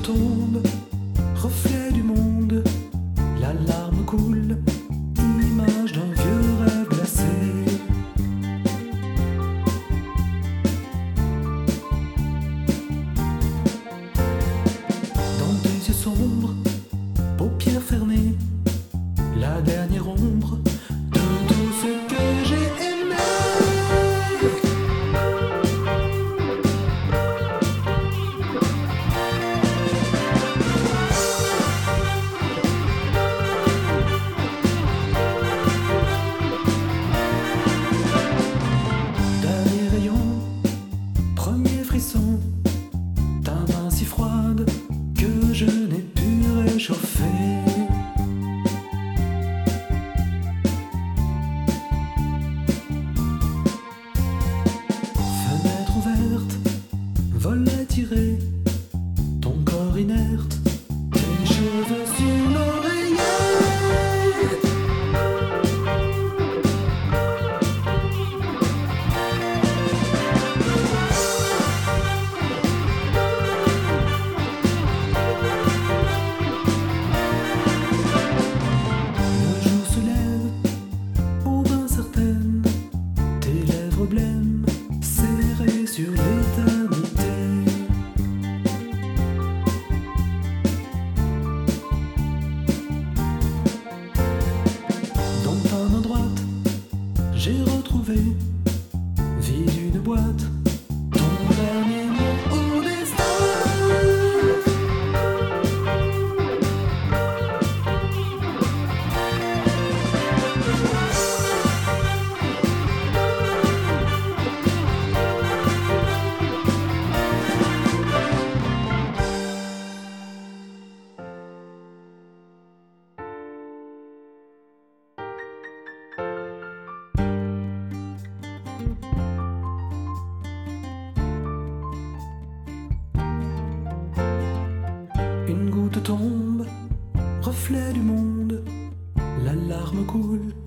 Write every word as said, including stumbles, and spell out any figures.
tombe, reflet du monde, la larme coule, image d'un vieux rêve glacé. Dans tes yeux sombres, paupières fermées, la dernière ombre de tout ce que j'ai aimé. Dernier rayon, premier frisson, ta main si froide que je n'ai pu réchauffer. Fenêtre ouverte, volet tiré, ton corps inerte, tes cheveux sur l'oreiller. Le jour se lève, aube incertaine, tes lèvres blêmes, serrées sur l'éternité. Dans ta main droite, j'ai retrouvé, vie d'une boîte, ton dernier mot au destin. Une goutte tombe, reflet du monde, la larme coule,